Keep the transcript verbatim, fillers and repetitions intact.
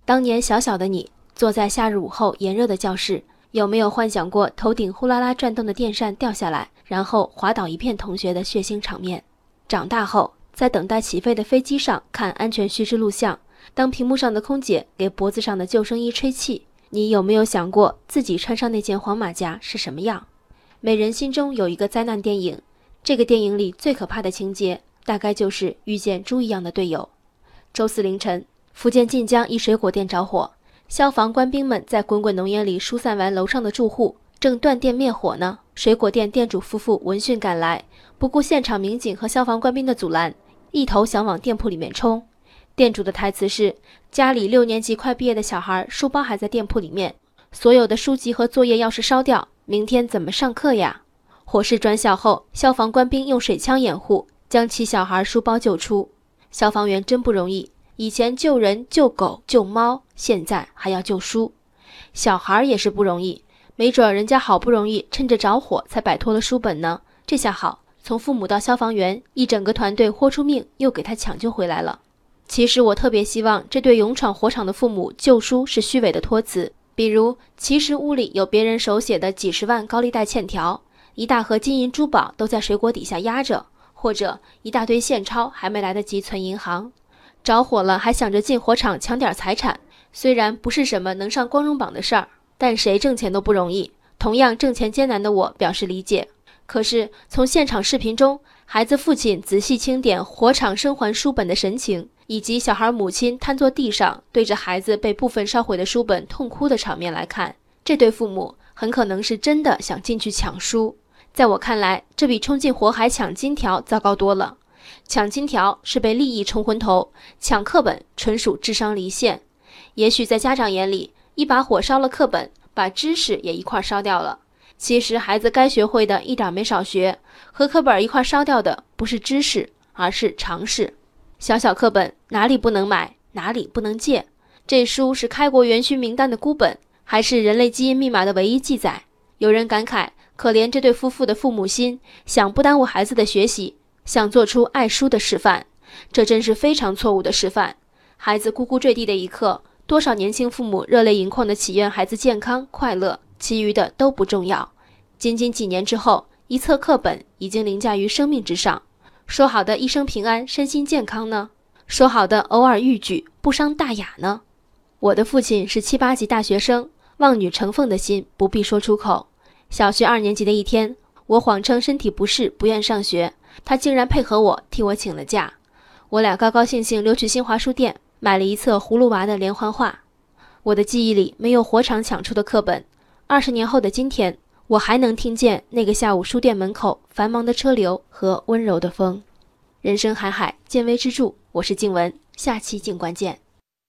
当年小小的你，坐在夏日午后炎热的教室，有没有幻想过头顶呼啦啦转动的电扇掉下来，然后滑倒一片同学的血腥场面？长大后，在等待起飞的飞机上看安全须知录像，当屏幕上的空姐给脖子上的救生衣吹气，你有没有想过自己穿上那件黄马甲是什么样？每人心中有一个灾难电影，这个电影里最可怕的情节，大概就是遇见猪一样的队友。周四凌晨，福建晋江一水果店着火，消防官兵们在滚滚浓烟里疏散完楼上的住户，正断电灭火呢。水果店店主夫妇闻讯赶来，不顾现场民警和消防官兵的阻拦，一头想往店铺里面冲。店主的台词是：家里六年级快毕业的小孩，书包还在店铺里面，所有的书籍和作业要是烧掉，明天怎么上课呀？火势转小后，消防官兵用水枪掩护，将其小孩书包救出。消防员真不容易，以前救人、救狗、救猫，现在还要救书。小孩也是不容易，没准人家好不容易趁着着火才摆脱了书本呢。这下好，从父母到消防员，一整个团队豁出命，又给他抢救回来了。其实我特别希望这对勇闯火场的父母救书是虚伪的托词，比如其实屋里有别人手写的几十万高利贷欠条，一大盒金银珠宝都在水果底下压着，或者一大堆现钞还没来得及存银行。着火了还想着进火场抢点财产，虽然不是什么能上光荣榜的事儿，但谁挣钱都不容易，同样挣钱艰难的我表示理解。可是从现场视频中，孩子父亲仔细清点火场生还书本的神情，以及小孩母亲瘫坐地上对着孩子被部分烧毁的书本痛哭的场面来看，这对父母很可能是真的想进去抢书。在我看来，这比冲进火海抢金条糟糕多了。抢金条是被利益冲昏头，抢课本纯属智商离线。也许在家长眼里，一把火烧了课本，把知识也一块烧掉了。其实孩子该学会的一点没少学，和课本一块烧掉的不是知识，而是常识。小小课本哪里不能买，哪里不能借？这书是开国元勋名单的孤本，还是人类基因密码的唯一记载？有人感慨，可怜这对夫妇的父母心，想不耽误孩子的学习，想做出爱书的示范，这真是非常错误的示范。孩子咕咕坠地的一刻，多少年轻父母热泪盈眶的祈愿孩子健康快乐，其余的都不重要。仅仅几年之后，一册课本已经凌驾于生命之上。说好的一生平安身心健康呢？说好的偶尔逾矩不伤大雅呢？我的父亲是七八级大学生，望女成凤的心不必说出口。小学二年级的一天，我谎称身体不适不愿上学，他竟然配合我替我请了假。我俩高高兴兴溜去新华书店，买了一册葫芦娃的连环画。我的记忆里没有火场抢出的课本，二十年后的今天，我还能听见那个下午书店门口繁忙的车流和温柔的风。人生海海，见微知著，我是静文，下期静观见。